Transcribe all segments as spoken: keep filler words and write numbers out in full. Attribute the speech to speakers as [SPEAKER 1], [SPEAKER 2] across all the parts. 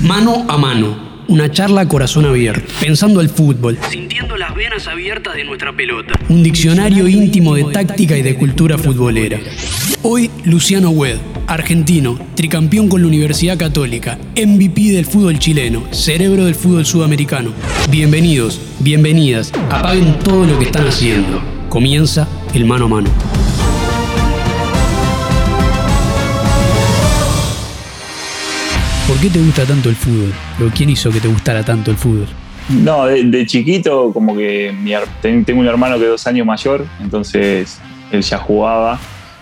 [SPEAKER 1] Mano a mano, una charla a corazón abierto, pensando el fútbol, sintiendo las venas abiertas de nuestra pelota. Un diccionario íntimo de táctica y de cultura futbolera. Hoy, Luciano Hued, argentino, tricampeón con la Universidad Católica, M V P del fútbol chileno, cerebro del fútbol sudamericano. Bienvenidos, bienvenidas, apaguen todo lo que están haciendo. Comienza el mano a mano. ¿Por qué te gusta tanto el fútbol? ¿O quién hizo que te gustara tanto el fútbol?
[SPEAKER 2] No, de, de chiquito como que mi, tengo un hermano que es dos años mayor, entonces él ya jugaba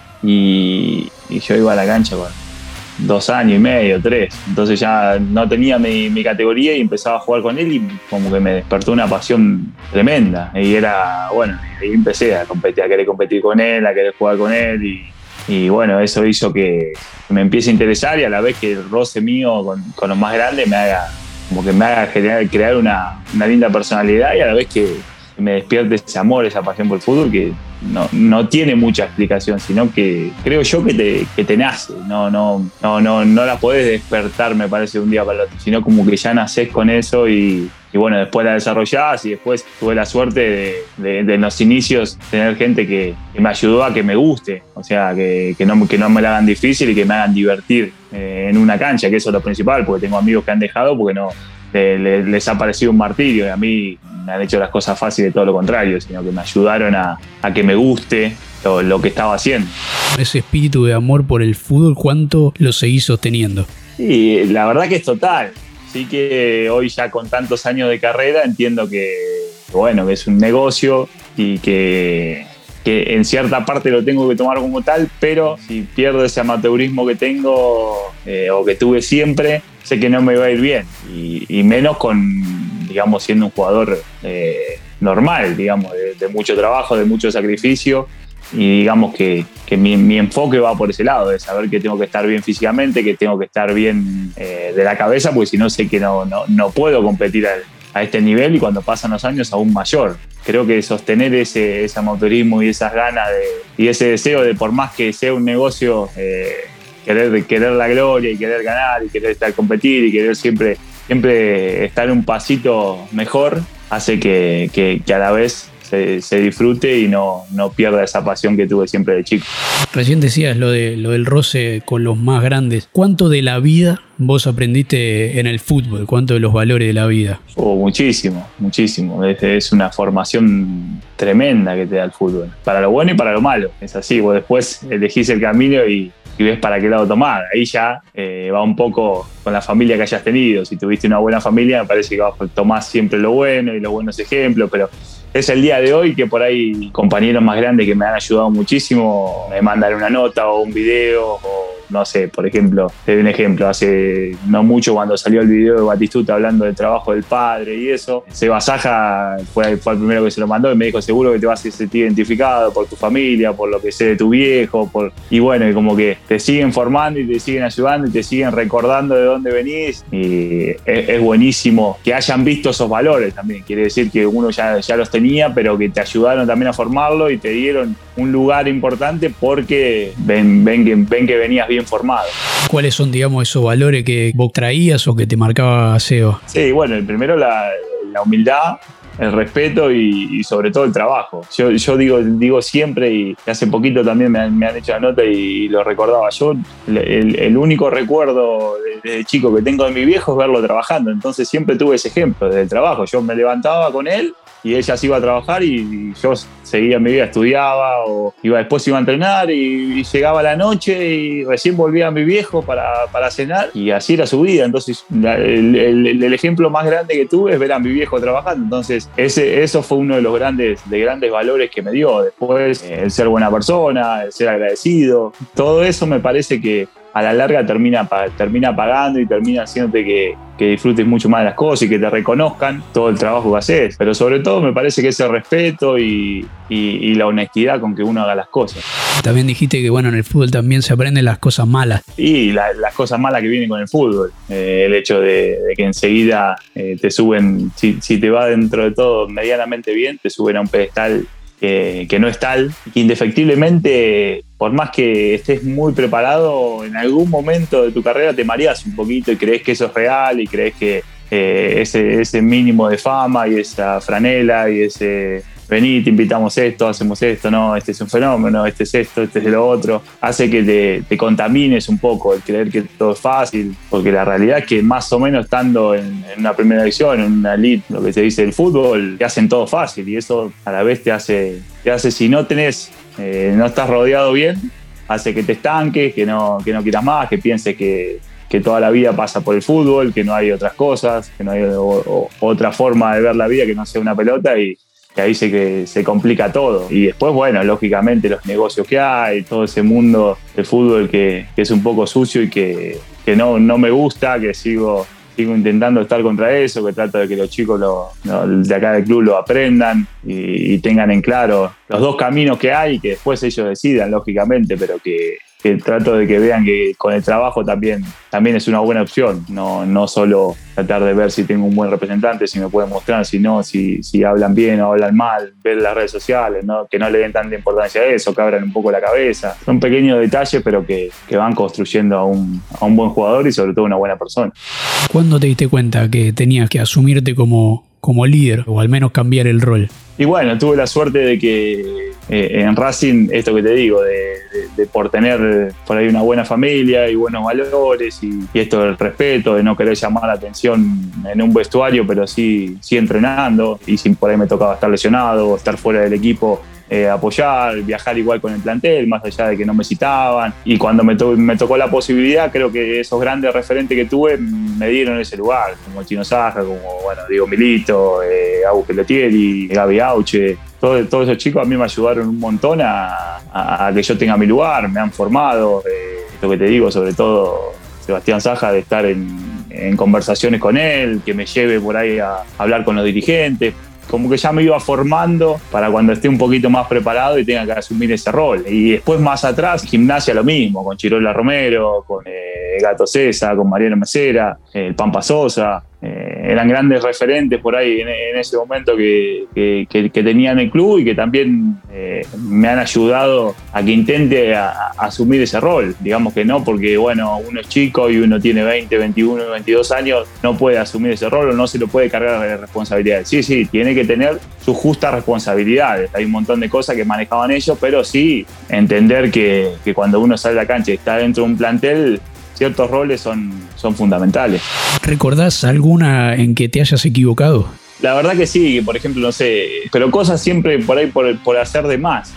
[SPEAKER 2] y, y yo iba a la cancha con dos años y medio, tres. Entonces ya no tenía mi, mi categoría y empezaba a jugar con él y como que me despertó una pasión tremenda. Y era, bueno, ahí empecé a competir, a querer competir con él, a querer jugar con él y, y bueno, eso hizo que me empiece a interesar y a la vez que el roce mío con, con los más grandes me haga, como que me haga generar, crear una, una linda personalidad y a la vez que me despierte ese amor, esa pasión por el fútbol que no, no tiene mucha explicación, sino que creo yo que te, que te nace, no, no, no, no, no la podés despertar, me parece, de un día para el otro, sino como que ya nacés con eso y, y bueno, después la desarrollás y después tuve la suerte de, de, de en los inicios tener gente que, que me ayudó a que me guste, o sea, que, que, no, que no me la hagan difícil y que me hagan divertir eh, en una cancha, que eso es lo principal, porque tengo amigos que han dejado porque no les, les ha parecido un martirio y a mí me han hecho las cosas fáciles, todo lo contrario, sino que me ayudaron a, a que me guste lo, lo que estaba haciendo.
[SPEAKER 1] Ese espíritu de amor por el fútbol, ¿cuánto lo seguís sosteniendo?
[SPEAKER 2] Sí, la verdad que es total. Sí que hoy ya con tantos años de carrera entiendo que, bueno, que es un negocio y que, que en cierta parte lo tengo que tomar como tal, pero si pierdo ese amateurismo que tengo eh, o que tuve siempre, sé que no me va a ir bien y, y menos con, digamos, siendo un jugador eh, normal, digamos, de, de mucho trabajo, de mucho sacrificio y digamos que, que mi, mi enfoque va por ese lado, de saber que tengo que estar bien físicamente, que tengo que estar bien eh, de la cabeza, porque si no sé que no, no, no puedo competir a, a este nivel y cuando pasan los años aún mayor. Creo que sostener ese, ese amateurismo y esas ganas de, y ese deseo de, por más que sea un negocio, eh, querer, querer la gloria y querer ganar y querer estar competir y querer siempre, siempre estar un pasito mejor, hace que, que, que a la vez se, se disfrute y no, no pierda esa pasión que tuve siempre de chico.
[SPEAKER 1] Recién decías lo, de, lo del roce con los más grandes. ¿Cuánto de la vida vos aprendiste en el fútbol? ¿Cuánto de los valores de la vida?
[SPEAKER 2] Oh, muchísimo, muchísimo. Es, es una formación tremenda que te da el fútbol. Para lo bueno y para lo malo. Es así, vos después elegís el camino y, y ves para qué lado tomar. Ahí ya eh, va un poco con la familia que hayas tenido. Si tuviste una buena familia, me parece que vas a tomar siempre lo bueno y los buenos ejemplos, pero es el día de hoy que por ahí compañeros más grandes que me han ayudado muchísimo me mandan una nota o un video o no sé, por ejemplo, te doy un ejemplo, hace no mucho cuando salió el video de Batistuta hablando del trabajo del padre y eso, Seba Saja fue, fue el primero que se lo mandó y me dijo seguro que te vas a sentir identificado por tu familia, por lo que sé de tu viejo, por... y bueno, y como que te siguen formando y te siguen ayudando y te siguen recordando de dónde venís y es, es buenísimo que hayan visto esos valores también, quiere decir que uno ya, ya los tenía, pero que te ayudaron también a formarlo y te dieron un lugar importante porque ven, ven, que, ven que venías bien formado.
[SPEAKER 1] ¿Cuáles son, digamos, esos valores que vos traías o que te marcaba Seba?
[SPEAKER 2] Sí, bueno, el primero la, la humildad, el respeto y, y sobre todo el trabajo. Yo, yo digo, digo siempre, y hace poquito también me han, me han hecho la nota y lo recordaba yo, el, el único recuerdo desde chico que tengo de mi viejo es verlo trabajando, entonces siempre tuve ese ejemplo del trabajo. Yo me levantaba con él y ella se iba a trabajar y, y yo seguía mi vida, estudiaba o iba, después iba a entrenar y, y llegaba la noche y recién volvía a mi viejo para, para cenar y así era su vida. Entonces la, el, el, el ejemplo más grande que tuve es ver a mi viejo trabajando. Entonces ese, eso fue uno de los grandes, de grandes valores que me dio. Después eh, el ser buena persona, el ser agradecido, todo eso me parece que a la larga termina, termina pagando y termina haciéndote que, que disfrutes mucho más de las cosas y que te reconozcan todo el trabajo que haces. Pero sobre todo me parece que ese respeto y, y, y la honestidad con que uno haga las cosas.
[SPEAKER 1] También dijiste que bueno, en el fútbol también se aprenden las cosas malas.
[SPEAKER 2] Y la, las cosas malas que vienen con el fútbol. Eh, el hecho de, de que enseguida eh, te suben, si, si te va dentro de todo medianamente bien, te suben a un pedestal que, que no es tal, que indefectiblemente por más que estés muy preparado, en algún momento de tu carrera te mareas un poquito y crees que eso es real y crees que eh, ese, ese mínimo de fama y esa franela y ese vení, te invitamos esto, hacemos esto, no, este es un fenómeno, este es esto, este es de lo otro, hace que te, te contamines un poco el creer que todo es fácil, porque la realidad es que más o menos estando en, en una primera división, en una elite, lo que se dice del fútbol, te hacen todo fácil y eso a la vez te hace, te hace si no tenés, eh, no estás rodeado bien, hace que te estanques, que no, que no quieras más, que pienses que, que toda la vida pasa por el fútbol, que no hay otras cosas, que no hay o, o, otra forma de ver la vida que no sea una pelota y que ahí se, que se complica todo. Y después, bueno, lógicamente los negocios que hay, todo ese mundo del fútbol que, que es un poco sucio y que, que no, no me gusta, que sigo, sigo intentando estar contra eso, que trato de que los chicos lo, lo, de acá del club lo aprendan y, y tengan en claro los dos caminos que hay y que después ellos decidan, lógicamente, pero que, que trato de que vean que con el trabajo también, también es una buena opción, no, no solo tratar de ver si tengo un buen representante, si me pueden mostrar, sino si, si hablan bien o hablan mal, ver las redes sociales, ¿no? Que no le den tanta importancia a eso, que abran un poco la cabeza. Son pequeños detalles, pero que, que van construyendo a un, a un buen jugador y sobre todo una buena persona.
[SPEAKER 1] ¿Cuándo te diste cuenta que tenías que asumirte como, como líder o al menos cambiar el rol?
[SPEAKER 2] Y bueno, tuve la suerte de que eh, en Racing, esto que te digo, de, de, de por tener por ahí una buena familia y buenos valores y, y esto del respeto, de no querer llamar la atención en un vestuario, pero sí, sí entrenando, y si por ahí me tocaba estar lesionado o estar fuera del equipo, Eh, apoyar, viajar igual con el plantel, más allá de que no me citaban. Y cuando me, to- me tocó la posibilidad, creo que esos grandes referentes que tuve me dieron ese lugar, como Chino Saja, como bueno, Diego Milito, eh, Agus Pelottieri, Gaby Auche. Todo, todos esos chicos a mí me ayudaron un montón a, a, a que yo tenga mi lugar, me han formado. Eh, lo que te digo, sobre todo Sebastián Saja, de estar en, en conversaciones con él, que me lleve por ahí a hablar con los dirigentes. Como que ya me iba formando para cuando esté un poquito más preparado y tenga que asumir ese rol. Y después más atrás, Gimnasia lo mismo, con Chirola Romero, con eh, Gato César, con Mariano Mesera, eh, el Pampa Sosa. Eh, eran grandes referentes por ahí en, en ese momento que, que, que, que tenían el club y que también eh, me han ayudado a que intente a, a asumir ese rol. Digamos que no porque bueno, uno es chico y uno tiene veinte, veintiuno, veintidós años, no puede asumir ese rol o no se lo puede cargar de responsabilidades. Sí, sí, tiene que tener sus justas responsabilidades. Hay un montón de cosas que manejaban ellos, pero sí entender que, que cuando uno sale a la cancha y está dentro de un plantel, ciertos roles son, son fundamentales.
[SPEAKER 1] ¿Recordás alguna en que te hayas equivocado?
[SPEAKER 2] La verdad que sí, por ejemplo, no sé, pero cosas siempre por ahí por, por hacer de más,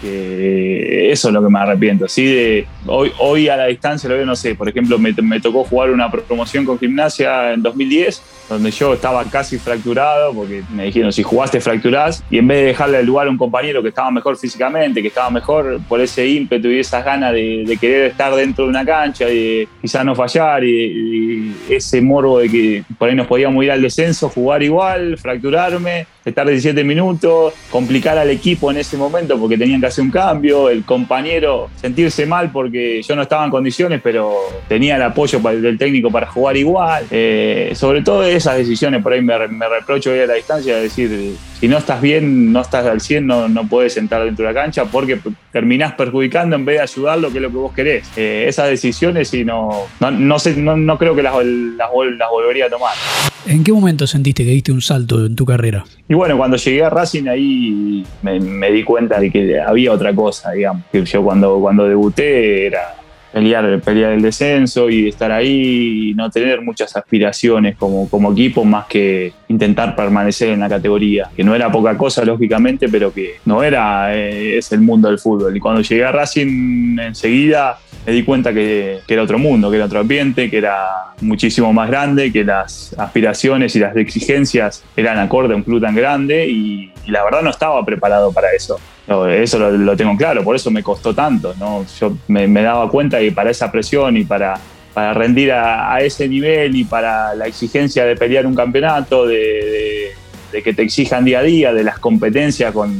[SPEAKER 2] que eso es lo que me arrepiento. Sí, de hoy, hoy a la distancia lo veo, no sé, por ejemplo, me, me tocó jugar una promoción con Gimnasia en dos mil diez, donde yo estaba casi fracturado, porque me dijeron, si jugaste fracturás, y en vez de dejarle el lugar a un compañero que estaba mejor físicamente, que estaba mejor por ese ímpetu y esas ganas de, de querer estar dentro de una cancha y quizás no fallar, y, y ese morbo de que por ahí nos podíamos ir al descenso, jugar igual, fracturar, estar diecisiete minutos, complicar al equipo en ese momento porque tenían que hacer un cambio, el compañero sentirse mal porque yo no estaba en condiciones, pero tenía el apoyo del técnico para jugar igual. Eh, sobre todo esas decisiones por ahí me, me reprocho hoy a la distancia, de decir, si no estás bien, no estás al cien, no, no puedes entrar dentro de la cancha porque terminás perjudicando en vez de ayudarlo, que es lo que vos querés. Eh, esas decisiones sí no, no, no, sé, no, no creo que las, las, las volvería a tomar.
[SPEAKER 1] ¿En qué momento sentiste que diste un salto en tu carrera?
[SPEAKER 2] Y bueno, cuando llegué a Racing ahí me, me di cuenta de que había otra cosa, digamos. Que yo cuando, cuando debuté era pelear, pelear el descenso y estar ahí y no tener muchas aspiraciones como, como equipo más que intentar permanecer en la categoría. Que no era poca cosa, lógicamente, pero que no era eh, es el mundo del fútbol. Y cuando llegué a Racing enseguida me di cuenta que, que era otro mundo, que era otro ambiente, que era muchísimo más grande, que las aspiraciones y las exigencias eran acorde a un club tan grande y, y la verdad no estaba preparado para eso. No, eso lo, lo tengo claro, por eso me costó tanto, ¿no? Yo me, me daba cuenta que para esa presión y para, para rendir a, a ese nivel y para la exigencia de pelear un campeonato, de, de, de que te exijan día a día, de las competencias con,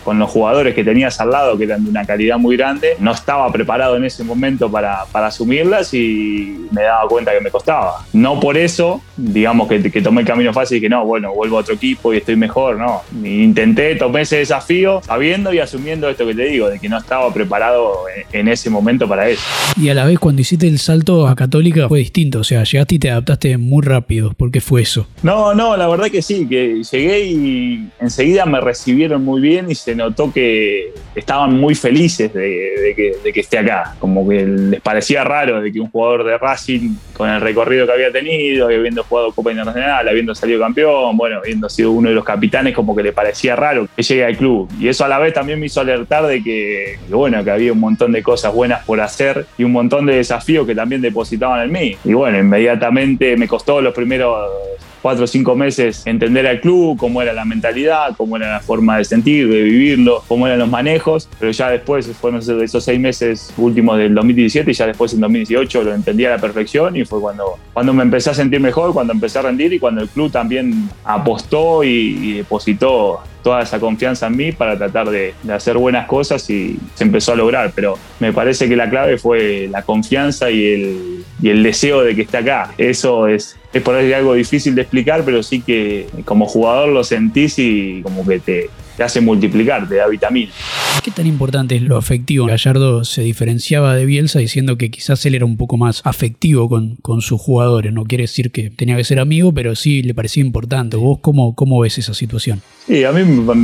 [SPEAKER 2] con los jugadores que tenías al lado, que eran de una calidad muy grande, no estaba preparado en ese momento para, para asumirlas y me daba cuenta que me costaba. No por eso, digamos que, que tomé el camino fácil y que no, bueno, vuelvo a otro equipo y estoy mejor, no. Intenté, tomé ese desafío sabiendo y asumiendo esto que te digo, de que no estaba preparado en, en ese momento para eso.
[SPEAKER 1] Y a la vez cuando hiciste el salto a Católica fue distinto, o sea, llegaste y te adaptaste muy rápido. ¿Por qué fue eso?
[SPEAKER 2] No, no, la verdad que sí, que llegué y enseguida me recibieron muy bien y se notó que estaban muy felices de, de, que, de que esté acá. Como que les parecía raro de que un jugador de Racing, con el recorrido que había tenido, habiendo jugado Copa Internacional, habiendo salido campeón, bueno, habiendo sido uno de los capitanes, como que le parecía raro que llegue al club. Y eso a la vez también me hizo alertar de que, que bueno, que había un montón de cosas buenas por hacer y un montón de desafíos que también depositaban en mí. Y bueno, inmediatamente me costó los primeros cuatro o cinco meses entender al club, cómo era la mentalidad, cómo era la forma de sentir, de vivirlo, cómo eran los manejos, pero ya después fueron esos seis meses últimos del dos mil diecisiete y ya después en dos mil dieciocho lo entendí a la perfección y fue cuando, cuando me empecé a sentir mejor, cuando empecé a rendir y cuando el club también apostó y, y depositó toda esa confianza en mí para tratar de, de hacer buenas cosas y se empezó a lograr, pero me parece que la clave fue la confianza y el, y el deseo de que esté acá. Eso es, es por ahí algo difícil de explicar, pero sí que como jugador lo sentís y como que te, te hace multiplicar, te da vitamina.
[SPEAKER 1] ¿Qué tan importante es lo afectivo? Gallardo se diferenciaba de Bielsa diciendo que quizás él era un poco más afectivo con, con sus jugadores. No quiere decir que tenía que ser amigo, pero sí le parecía importante. ¿Vos cómo, cómo ves esa situación?
[SPEAKER 2] Sí, a mí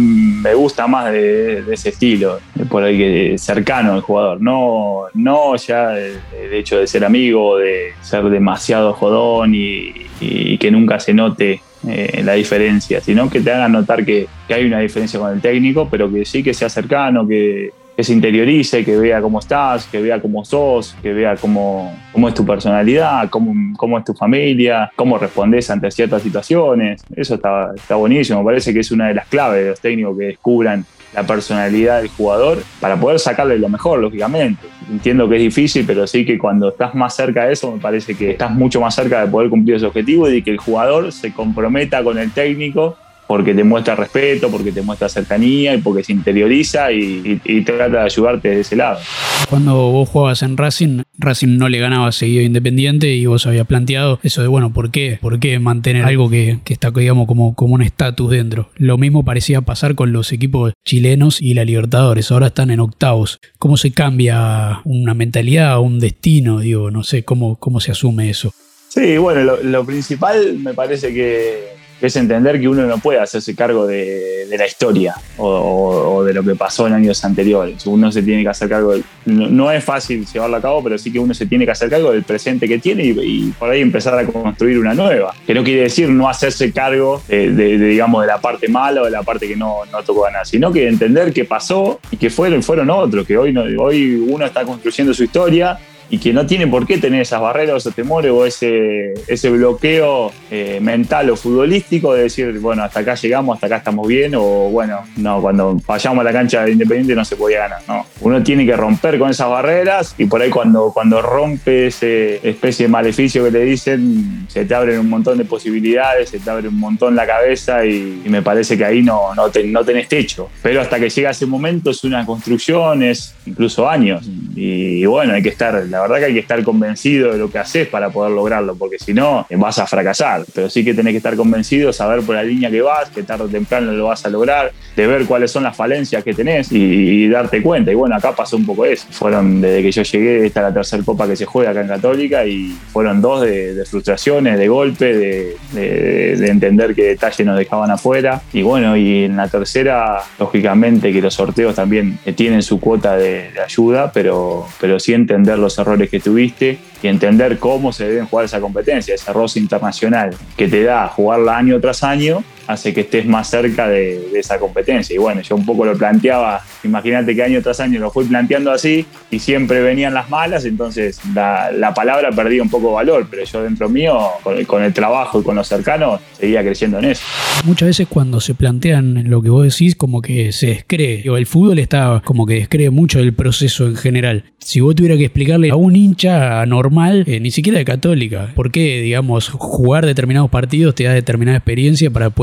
[SPEAKER 2] me gusta más de, de ese estilo, por ahí que cercano al jugador. No, no ya el, el hecho de ser amigo, de ser demasiado jodón y, y que nunca se note Eh, la diferencia, sino que te hagan notar que, que hay una diferencia con el técnico, pero que sí que sea cercano, que, que se interiorice, que vea cómo estás, que vea cómo sos, que vea cómo, cómo es tu personalidad, cómo, cómo es tu familia, cómo respondes ante ciertas situaciones. Eso está, está buenísimo, me parece que es una de las claves de los técnicos que descubran la personalidad del jugador para poder sacarle lo mejor, lógicamente. Entiendo que es difícil, pero sí que cuando estás más cerca de eso, me parece que estás mucho más cerca de poder cumplir ese objetivo y de que el jugador se comprometa con el técnico porque te muestra respeto, porque te muestra cercanía y porque se interioriza y, y, y trata de ayudarte de ese lado.
[SPEAKER 1] Cuando vos jugabas en Racing, Racing no le ganaba seguido a Independiente y vos habías planteado eso de, bueno, ¿por qué? ¿Por qué mantener algo que, que está, digamos, como, como un estatus dentro? Lo mismo parecía pasar con los equipos chilenos y la Libertadores, ahora están en octavos. ¿Cómo se cambia una mentalidad, un destino? Digo, no sé, ¿cómo, cómo se asume eso?
[SPEAKER 2] Sí, bueno, lo, lo principal me parece que es entender que uno no puede hacerse cargo de, de la historia o, o, o de lo que pasó en años anteriores. Uno se tiene que hacer cargo de, no, no es fácil llevarlo a cabo, pero sí que uno se tiene que hacer cargo del presente que tiene y, y por ahí empezar a construir una nueva. Que no quiere decir no hacerse cargo de, de, de, digamos, de la parte mala o de la parte que no, no tocó ganar, sino que entender qué pasó y que fueron, fueron otros, que hoy, no, hoy uno está construyendo su historia y que no tiene por qué tener esas barreras, esos temores o ese, ese bloqueo eh, mental o futbolístico de decir, bueno, hasta acá llegamos, hasta acá estamos bien, o bueno, no, cuando vayamos a la cancha de Independiente no se podía ganar, no. Uno tiene que romper con esas barreras y por ahí cuando, cuando rompe ese especie de maleficio que le dicen, se te abren un montón de posibilidades, se te abre un montón la cabeza y, y me parece que ahí no, no, te, no tenés techo. Pero hasta que llega ese momento es una construcción, es incluso años y, y bueno, hay que estar, la verdad que hay que estar convencido de lo que haces para poder lograrlo, porque si no vas a fracasar, pero sí que tenés que estar convencido, saber por la línea que vas, que tarde o temprano lo vas a lograr, de ver cuáles son las falencias que tenés y, y darte cuenta. Y bueno, acá pasó un poco eso. Fueron, desde que yo llegué, esta es la tercera copa que se juega acá en Católica y fueron dos de, de frustraciones, de golpe, de, de, de entender qué detalles nos dejaban afuera. Y bueno, y en la tercera, lógicamente que los sorteos también tienen su cuota de, de ayuda, pero, pero sí entender los errores que tuviste y entender cómo se deben jugar esa competencia, ese roce internacional que te da jugarla año tras año, hace que estés más cerca de, de esa competencia. Y bueno, yo un poco lo planteaba, imagínate que año tras año lo fui planteando así y siempre venían las malas, entonces la, la palabra perdía un poco valor, pero yo dentro mío, con, con el trabajo y con los cercanos, seguía creciendo en eso.
[SPEAKER 1] Muchas veces cuando se plantean lo que vos decís, como que se descree, o el fútbol está como que descree mucho del proceso en general. Si vos tuvieras que explicarle a un hincha normal, eh, ni siquiera de Católica, por qué, digamos, jugar determinados partidos te da determinada experiencia para después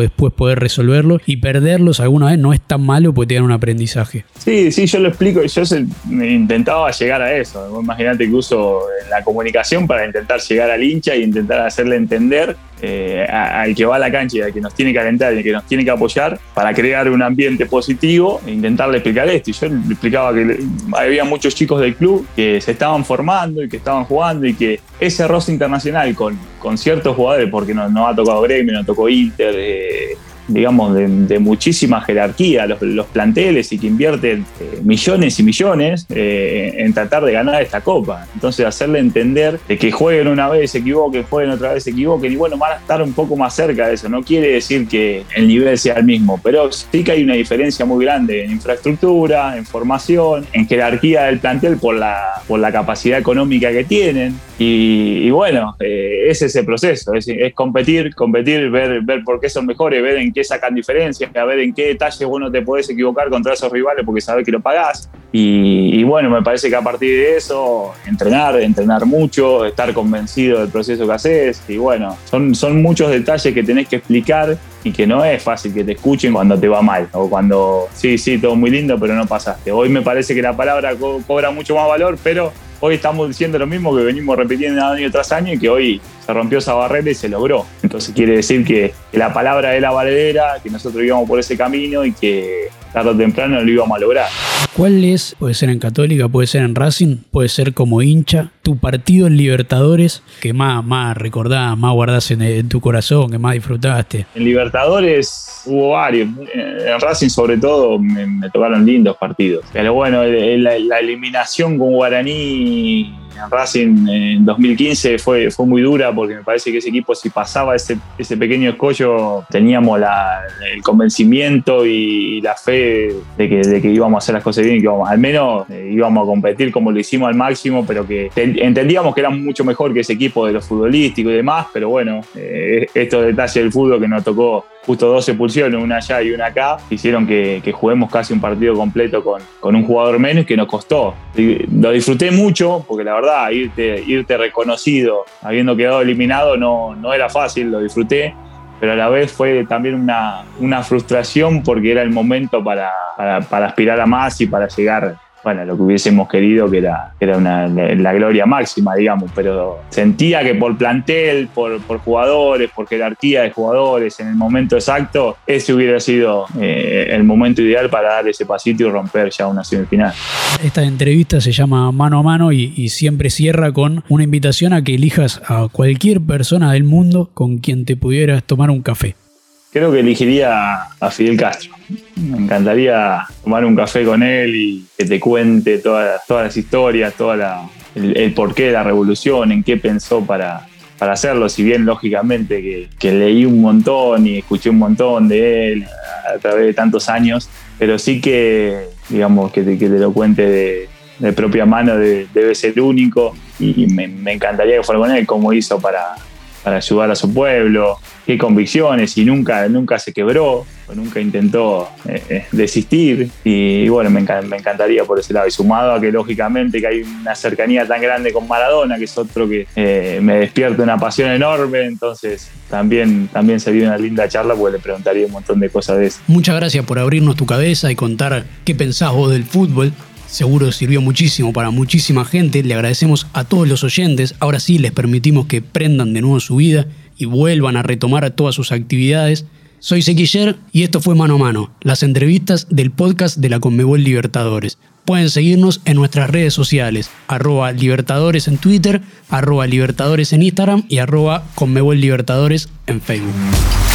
[SPEAKER 1] después poder resolverlo, y perderlos alguna vez no es tan malo porque te dan un aprendizaje.
[SPEAKER 2] Sí, sí, yo lo explico. Yo se, intentaba llegar a eso. Imagínate que uso la comunicación para intentar llegar al hincha e intentar hacerle entender eh, al que va a la cancha y al que nos tiene que alentar y al que nos tiene que apoyar, para crear un ambiente positivo e intentarle explicar esto. Y yo le explicaba que había muchos chicos del club que se estaban formando y que estaban jugando, y que ese roce internacional con, con ciertos jugadores, porque no, no ha tocado Gremio, no tocó Inter, eh, digamos, de, de muchísima jerarquía, los, los planteles, y que invierten eh, millones y millones eh, en tratar de ganar esta copa. Entonces, hacerle entender de que jueguen una vez, se equivoquen, jueguen otra vez, se equivoquen, y bueno, van a estar un poco más cerca de eso. No quiere decir que el nivel sea el mismo, pero sí que hay una diferencia muy grande en infraestructura, en formación, en jerarquía del plantel por la, por la capacidad económica que tienen. Y, y bueno, eh, ese es el proceso, es, es competir, competir, ver, ver por qué son mejores, ver en qué sacan diferencias, a ver en qué detalles vos no te podés equivocar contra esos rivales porque sabés que lo pagás. Y, y bueno, me parece que a partir de eso, entrenar, entrenar mucho, estar convencido del proceso que haces. Y bueno, son, son muchos detalles que tenés que explicar y que no es fácil que te escuchen cuando te va mal, o cuando sí, sí, todo muy lindo, pero no pasaste. Hoy me parece que la palabra co- cobra mucho más valor, pero hoy estamos diciendo lo mismo que venimos repitiendo año tras año, y que hoy se rompió esa barrera y se logró. Entonces quiere decir que, que la palabra es la valedera, que nosotros íbamos por ese camino y que tarde o temprano lo íbamos a lograr.
[SPEAKER 1] ¿Cuál es, puede ser en Católica, puede ser en Racing, puede ser como hincha, tu partido en Libertadores que más, más recordás, más guardás en, en tu corazón, que más disfrutaste?
[SPEAKER 2] En Libertadores hubo varios. En Racing sobre todo me, me tocaron lindos partidos. Pero bueno, la, la eliminación con Guaraní en Racing en dos mil quince fue, fue muy dura, porque me parece que ese equipo, si pasaba ese, ese pequeño escollo, teníamos la, el convencimiento y, y la fe de que, de que íbamos a hacer las cosas bien y que íbamos, al menos eh, íbamos a competir como lo hicimos al máximo, pero que te, entendíamos que era mucho mejor que ese equipo de lo futbolístico y demás. Pero bueno, eh, estos detalles del fútbol, que nos tocó justo dos expulsiones, una allá y una acá, hicieron que, que juguemos casi un partido completo con, con un jugador menos, que nos costó. Lo disfruté mucho, porque la verdad, irte, irte reconocido habiendo quedado eliminado no, no era fácil, lo disfruté, pero a la vez fue también una, una frustración, porque era el momento para, para, para aspirar a más y para llegar, bueno, lo que hubiésemos querido, que era, que era una, la gloria máxima, digamos. Pero sentía que por plantel, por, por jugadores, por jerarquía de jugadores, en el momento exacto, ese hubiera sido eh, el momento ideal para dar ese pasito y romper ya una semifinal.
[SPEAKER 1] Esta entrevista se llama Mano a Mano y, y siempre cierra con una invitación a que elijas a cualquier persona del mundo con quien te pudieras tomar un café.
[SPEAKER 2] Creo que elegiría a Fidel Castro. Me encantaría tomar un café con él y que te cuente todas, todas las historias, toda la, el, el porqué de la revolución, en qué pensó para, para hacerlo. Si bien, lógicamente, que, que leí un montón y escuché un montón de él a través de tantos años, pero sí que, digamos, que te, que te lo cuente de, de propia mano de, debe ser único, y me, me encantaría que fuera con él, cómo hizo para, para ayudar a su pueblo, qué convicciones, y nunca, nunca se quebró, o nunca intentó eh, desistir. Y, y bueno, me, enc- me encantaría por ese lado. Y sumado a que, lógicamente, que hay una cercanía tan grande con Maradona, que es otro que eh, me despierta una pasión enorme. Entonces también, también sería una linda charla, porque le preguntaría un montón de cosas de eso.
[SPEAKER 1] Muchas gracias por abrirnos tu cabeza y contar qué pensás vos del fútbol. Seguro sirvió muchísimo para muchísima gente. Le agradecemos a todos los oyentes. Ahora sí les permitimos que prendan de nuevo su vida y vuelvan a retomar todas sus actividades. Soy Sequiller y esto fue Mano a Mano, las entrevistas del podcast de la Conmebol Libertadores. Pueden seguirnos en nuestras redes sociales, arroba Libertadores en Twitter, arroba Libertadores en Instagram y arroba Conmebol Libertadores en Facebook.